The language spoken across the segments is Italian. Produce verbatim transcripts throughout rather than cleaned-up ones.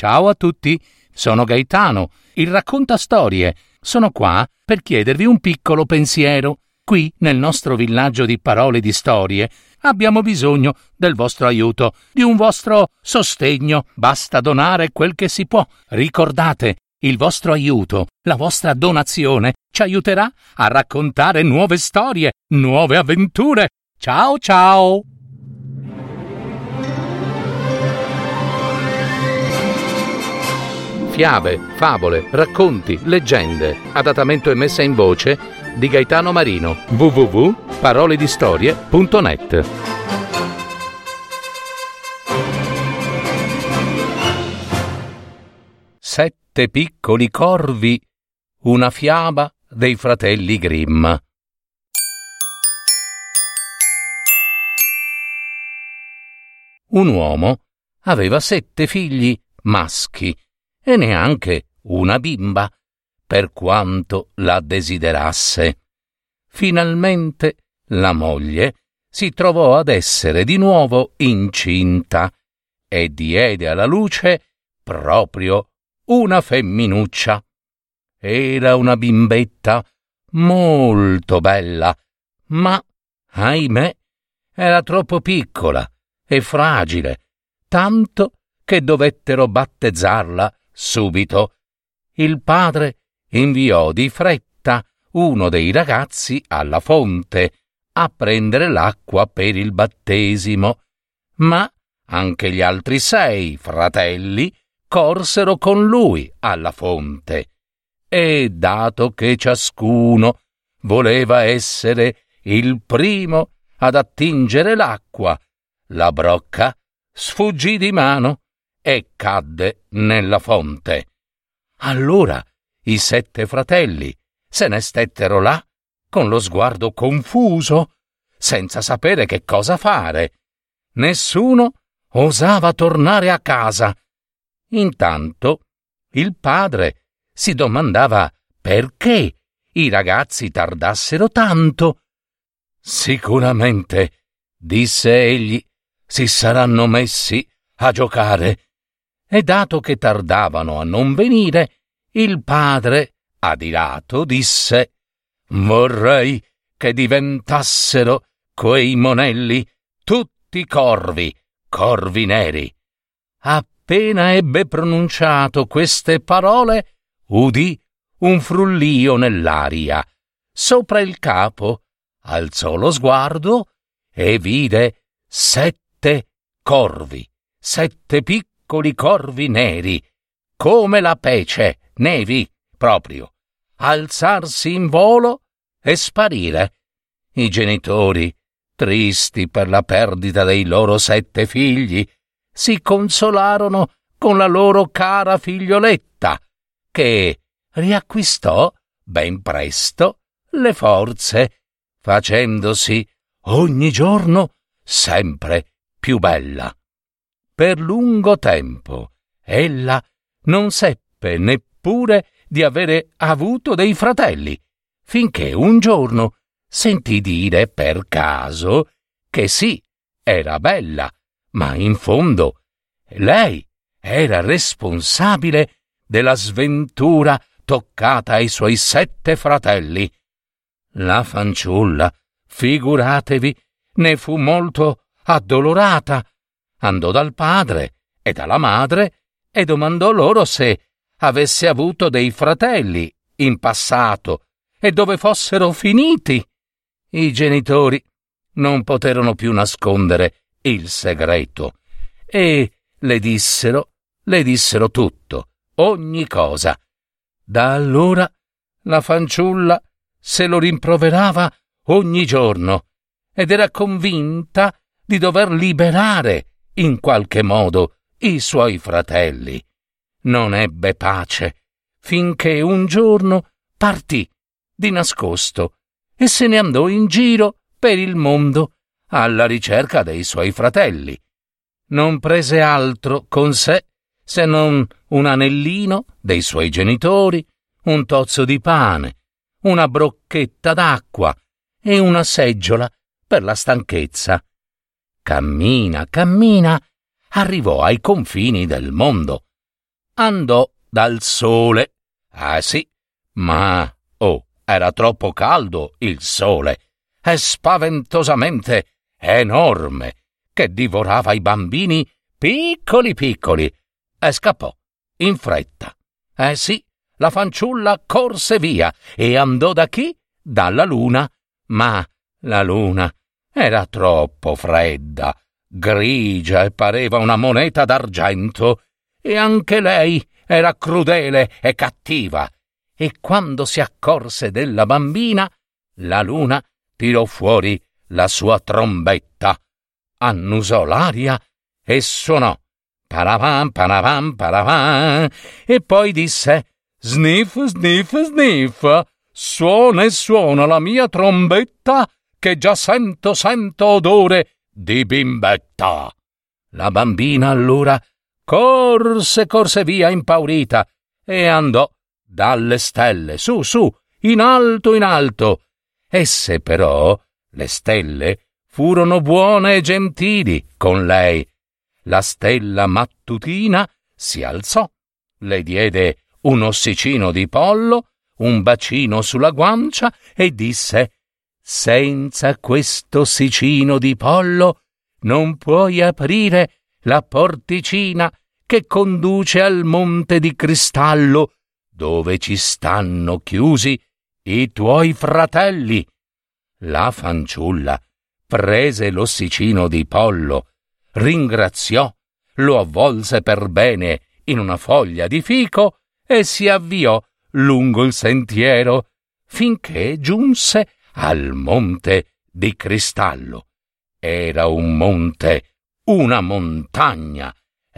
Ciao a tutti, sono Gaetano, il raccontastorie. Sono qua per chiedervi un piccolo pensiero. Qui, nel nostro villaggio di parole di storie, abbiamo bisogno del vostro aiuto, di un vostro sostegno. Basta donare quel che si può. Ricordate, il vostro aiuto, la vostra donazione ci aiuterà a raccontare nuove storie, nuove avventure. Ciao ciao! Fiabe, favole, racconti, leggende. Adattamento e messa in voce di Gaetano Marino. w w w punto parole di storie punto net. Sette piccoli corvi, una fiaba dei fratelli Grimm. Un uomo aveva sette figli maschi e neanche una bimba, per quanto la desiderasse. Finalmente la moglie si trovò ad essere di nuovo incinta e diede alla luce proprio una femminuccia. Era una bimbetta molto bella, ma, ahimè, era troppo piccola e fragile, tanto che dovettero battezzarla subito. Il padre inviò di fretta uno dei ragazzi alla fonte a prendere l'acqua per il battesimo, ma anche gli altri sei fratelli corsero con lui alla fonte, e dato che ciascuno voleva essere il primo ad attingere l'acqua, la brocca sfuggì di mano e cadde nella fonte. Allora i sette fratelli se ne stettero là con lo sguardo confuso, senza sapere che cosa fare. Nessuno osava tornare a casa. Intanto il padre si domandava perché i ragazzi tardassero tanto. Sicuramente, disse egli, si saranno messi a giocare. E dato che tardavano a non venire, il padre, adirato, disse: «Vorrei che diventassero quei monelli tutti corvi, corvi neri». Appena ebbe pronunciato queste parole, udì un frullio nell'aria. Sopra il capo alzò lo sguardo e vide sette corvi, sette piccoli piccoli corvi neri, come la pece, nevi, proprio, alzarsi in volo e sparire. I genitori, tristi per la perdita dei loro sette figli, si consolarono con la loro cara figlioletta, che riacquistò ben presto le forze, facendosi ogni giorno sempre più bella. Per lungo tempo ella non seppe neppure di avere avuto dei fratelli, finché un giorno sentì dire per caso che sì, era bella, ma in fondo lei era responsabile della sventura toccata ai suoi sette fratelli. La fanciulla, figuratevi, ne fu molto addolorata. Andò dal padre e dalla madre e domandò loro se avesse avuto dei fratelli in passato e dove fossero finiti. I genitori non poterono più nascondere il segreto e le dissero, le dissero tutto, ogni cosa. Da allora la fanciulla se lo rimproverava ogni giorno ed era convinta di dover liberare in qualche modo i suoi fratelli. Non ebbe pace finché un giorno partì di nascosto e se ne andò in giro per il mondo alla ricerca dei suoi fratelli. Non prese altro con sé se non un anellino dei suoi genitori, un tozzo di pane, una brocchetta d'acqua e una seggiola per la stanchezza. Cammina, cammina, arrivò ai confini del mondo. andò dal sole. Ah sì, ma oh, era troppo caldo il sole, e spaventosamente enorme, che divorava i bambini piccoli piccoli, e scappò in fretta. Eh sì, la fanciulla corse via e andò da chi? Dalla luna, ma la luna era troppo fredda, grigia e pareva una moneta d'argento, e anche lei era crudele e cattiva. E quando si accorse della bambina, la luna tirò fuori la sua trombetta, annusò l'aria e suonò paravam paravam paravam, e poi disse: sniff sniff sniff, suona e suona la mia trombetta, che già sento sento odore di bimbetta. La bambina allora corse corse via impaurita e andò dalle stelle, su su, in alto in alto. Esse però, le stelle, furono buone e gentili con lei. La stella mattutina si alzò, le diede un ossicino di pollo, un bacino sulla guancia e disse: senza questo ossicino di pollo non puoi aprire la porticina che conduce al monte di cristallo, dove ci stanno chiusi i tuoi fratelli. La fanciulla prese l'ossicino di pollo, ringraziò, lo avvolse per bene in una foglia di fico e si avviò lungo il sentiero finché giunse al monte di cristallo. Era un monte, una montagna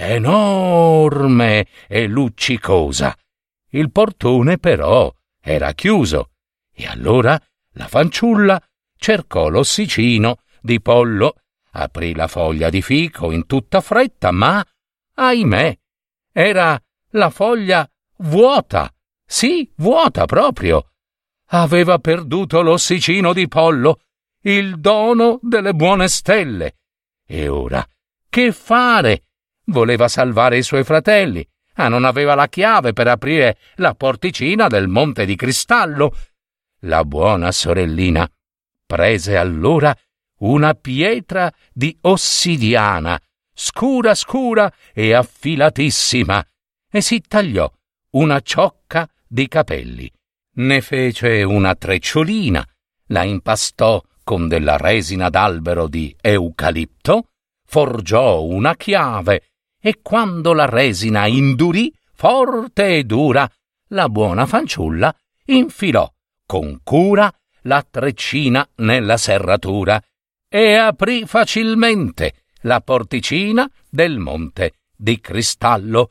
enorme e luccicosa. Il portone però era chiuso, e allora la fanciulla cercò l'ossicino di pollo, aprì la foglia di fico in tutta fretta, ma, ahimè, era la foglia vuota, sì, vuota proprio. Aveva perduto l'ossicino di pollo, il dono delle buone stelle. E ora, che fare? Voleva salvare i suoi fratelli, ma non aveva la chiave per aprire la porticina del monte di cristallo. La buona sorellina prese allora una pietra di ossidiana, scura scura e affilatissima, e si tagliò una ciocca di capelli. Ne fece una trecciolina, la impastò con della resina d'albero di eucalipto, forgiò una chiave, e quando la resina indurì forte e dura, la buona fanciulla infilò con cura la treccina nella serratura e aprì facilmente la porticina del monte di cristallo.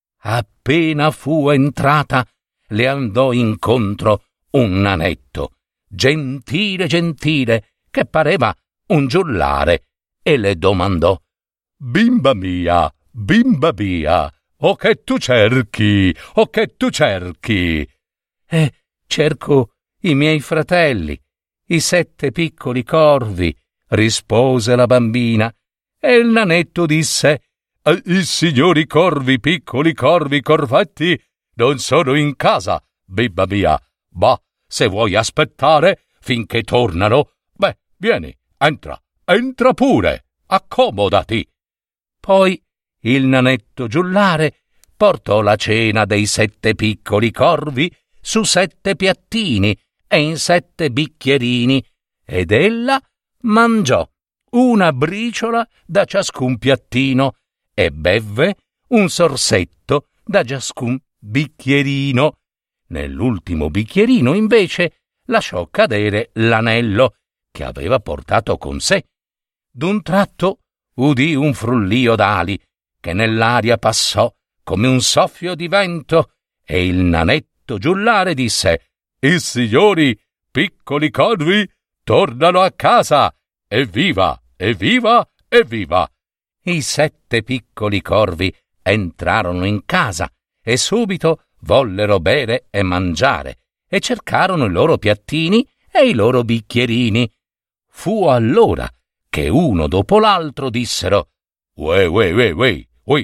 Appena fu entrata, le andò incontro un nanetto, gentile gentile, che pareva un giullare, e le domandò: bimba mia, bimba mia, o che tu cerchi, o che tu cerchi? Eh, cerco i miei fratelli, i sette piccoli corvi, rispose la bambina, e il nanetto disse: i signori corvi, piccoli corvi, corvetti, non sono in casa, bimba mia, ma se vuoi aspettare finché tornano, beh, vieni, entra, entra pure, accomodati. Poi il nanetto giullare portò la cena dei sette piccoli corvi su sette piattini e in sette bicchierini, ed ella mangiò una briciola da ciascun piattino e bevve un sorsetto da ciascun bicchierino. Nell'ultimo bicchierino, invece, lasciò cadere l'anello che aveva portato con sé. D'un tratto udì un frullio d'ali che nell'aria passò come un soffio di vento, e il nanetto giullare disse: i signori piccoli corvi tornano a casa, evviva, evviva, evviva. I sette piccoli corvi entrarono in casa e subito vollero bere e mangiare, e cercarono i loro piattini e i loro bicchierini. Fu allora che uno dopo l'altro dissero: uè, uè, uè, uè, uè,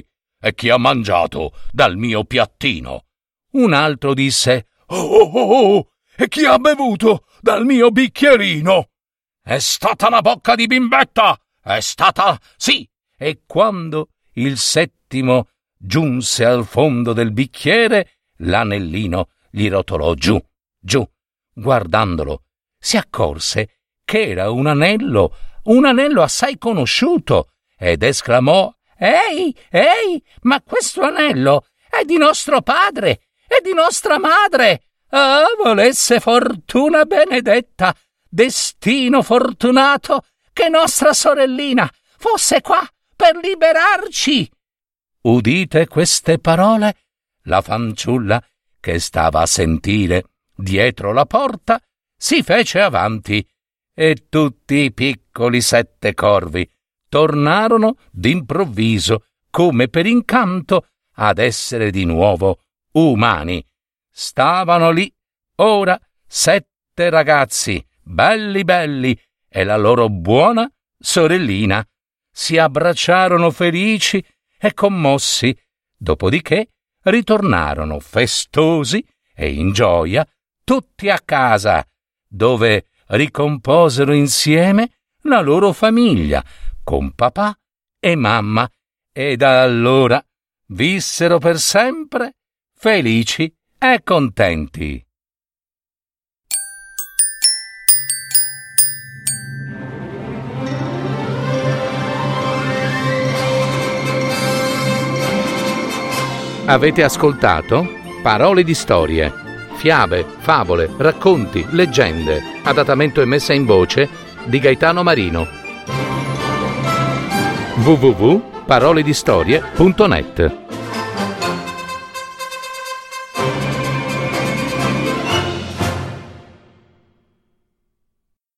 e chi ha mangiato dal mio piattino? Un altro disse: Oh, oh, oh, oh, e chi ha bevuto dal mio bicchierino? È stata la bocca di Bimbetta! È stata... sì! E quando il settimo giunse al fondo del bicchiere, l'anellino gli rotolò giù, giù. Guardandolo, si accorse che era un anello, un anello assai conosciuto, ed esclamò: Ehi, ehi, ma questo anello è di nostro padre, è di nostra madre! Ah, volesse fortuna benedetta, destino fortunato, che nostra sorellina fosse qua per liberarci. Udite queste parole, la fanciulla, che stava a sentire dietro la porta, si fece avanti, e tutti i piccoli sette corvi tornarono d'improvviso, come per incanto, ad essere di nuovo umani. Stavano lì ora sette ragazzi, belli belli, e la loro buona sorellina. Si abbracciarono felici e commossi, dopodiché ritornarono festosi e in gioia tutti a casa, dove ricomposero insieme la loro famiglia, con papà e mamma, e da allora vissero per sempre felici e contenti. Avete ascoltato Parole di storie, fiabe, favole, racconti, leggende, adattamento e messa in voce di Gaetano Marino. w w w punto paroledistorie punto net